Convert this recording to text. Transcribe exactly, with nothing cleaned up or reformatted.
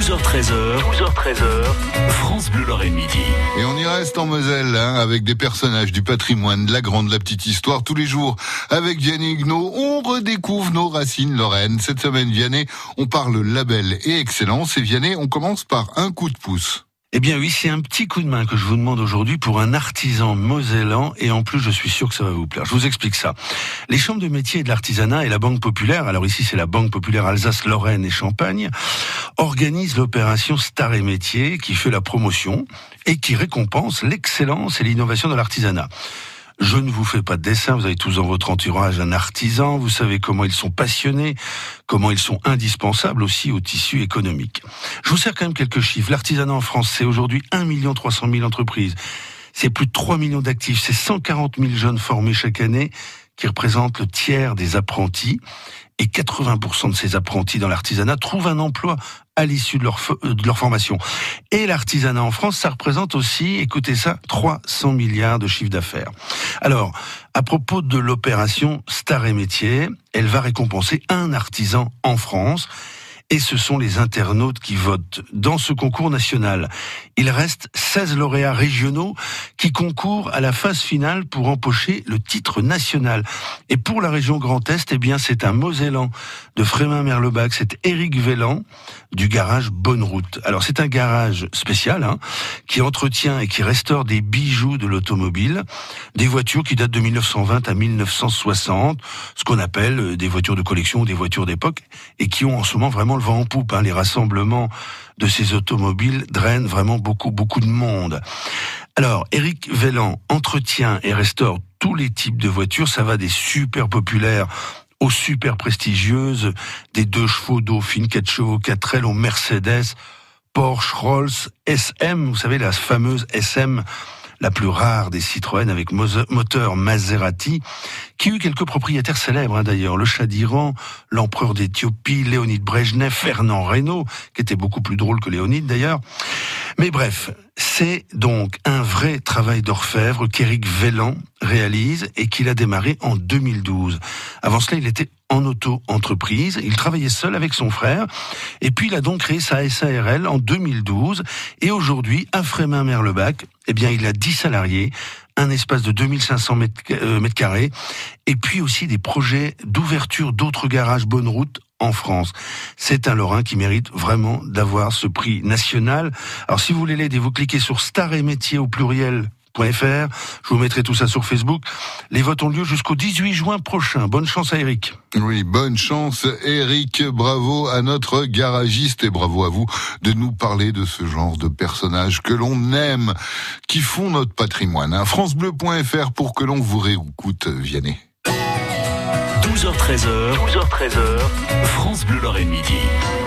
douze heures treize, douze heures treize, France Bleu Lorraine Midi. Et on y reste en Moselle, hein, avec des personnages du patrimoine, de la grande, de la petite histoire. Tous les jours, avec Vianney Higuenot, on redécouvre nos racines lorraines. Cette semaine, Vianney, on parle label et excellence. Et Vianney, on commence par un coup de pouce. Eh bien oui, c'est un petit coup de main que je vous demande aujourd'hui pour un artisan mosellan, et en plus je suis sûr que ça va vous plaire. Je vous explique ça. Les chambres de métier et de l'artisanat et la Banque Populaire, alors ici c'est la Banque Populaire Alsace, Lorraine et Champagne, organisent l'opération Star et Métier qui fait la promotion et qui récompense l'excellence et l'innovation de l'artisanat. Je ne vous fais pas de dessin, vous avez tous dans votre entourage un artisan, vous savez comment ils sont passionnés, comment ils sont indispensables aussi au tissu économique. Je vous sers quand même quelques chiffres. L'artisanat en France, c'est aujourd'hui un million trois cent mille entreprises. C'est plus de trois millions d'actifs, c'est cent quarante mille jeunes formés chaque année qui représentent le tiers des apprentis. Et quatre-vingts pour cent de ces apprentis dans l'artisanat trouvent un emploi à l'issue de leur, de leur formation. Et l'artisanat en France, ça représente aussi, écoutez ça, trois cents milliards de chiffre d'affaires. Alors, à propos de l'opération Star et Métier, elle va récompenser un artisan en France. Et ce sont les internautes qui votent dans ce concours national. Il reste seize lauréats régionaux qui concourent à la phase finale pour empocher le titre national. Et pour la région Grand Est, eh bien, c'est un Mosellan de Frémin-Merlebach, c'est Éric Vellan du garage Bonne Route. Alors, c'est un garage spécial, hein, qui entretient et qui restaure des bijoux de l'automobile, des voitures qui datent de mille neuf cent vingt à mille neuf cent soixante, ce qu'on appelle des voitures de collection ou des voitures d'époque, et qui ont en ce moment vraiment le vent en poupe, hein. Les rassemblements de ces automobiles drainent vraiment beaucoup, beaucoup de monde. Alors, Éric Vellan entretient et restaure tous les types de voitures. Ça va des super populaires aux super prestigieuses, des deux chevaux Dauphine, quatre chevaux quatre L aux Mercedes, Porsche, Rolls, S M, vous savez, la fameuse S M, la plus rare des Citroën avec moteur Maserati, qui eut quelques propriétaires célèbres, hein, d'ailleurs. Le Shah d'Iran, l'empereur d'Éthiopie, Léonid Brejnev, Fernand Reynaud, qui était beaucoup plus drôle que Léonid d'ailleurs. Mais bref, c'est donc un vrai travail d'orfèvre qu'Éric Vellan réalise et qu'il a démarré en deux mille douze. Avant cela, il était en auto-entreprise, il travaillait seul avec son frère, et puis il a donc créé sa S A R L en deux mille douze, et aujourd'hui, à Frémin-Merlebach, eh bien, il a dix salariés, un espace de deux mille cinq cents mètres carrés, et puis aussi des projets d'ouverture d'autres garages Bonne Route en France. C'est un Lorrain qui mérite vraiment d'avoir ce prix national. Alors, si vous voulez l'aider, vous cliquez sur Star et Métier au pluriel. .fr. Je vous mettrai tout ça sur Facebook. Les votes ont lieu jusqu'au dix-huit juin prochain. Bonne chance à Éric. Oui, bonne chance Éric. Bravo à notre garagiste et bravo à vous de nous parler de ce genre de personnages que l'on aime, qui font notre patrimoine. Hein. francebleu point fr pour que l'on vous réécoute, Vianney. douze heures treize, douze heures treize, France Bleu Lorraine Midi.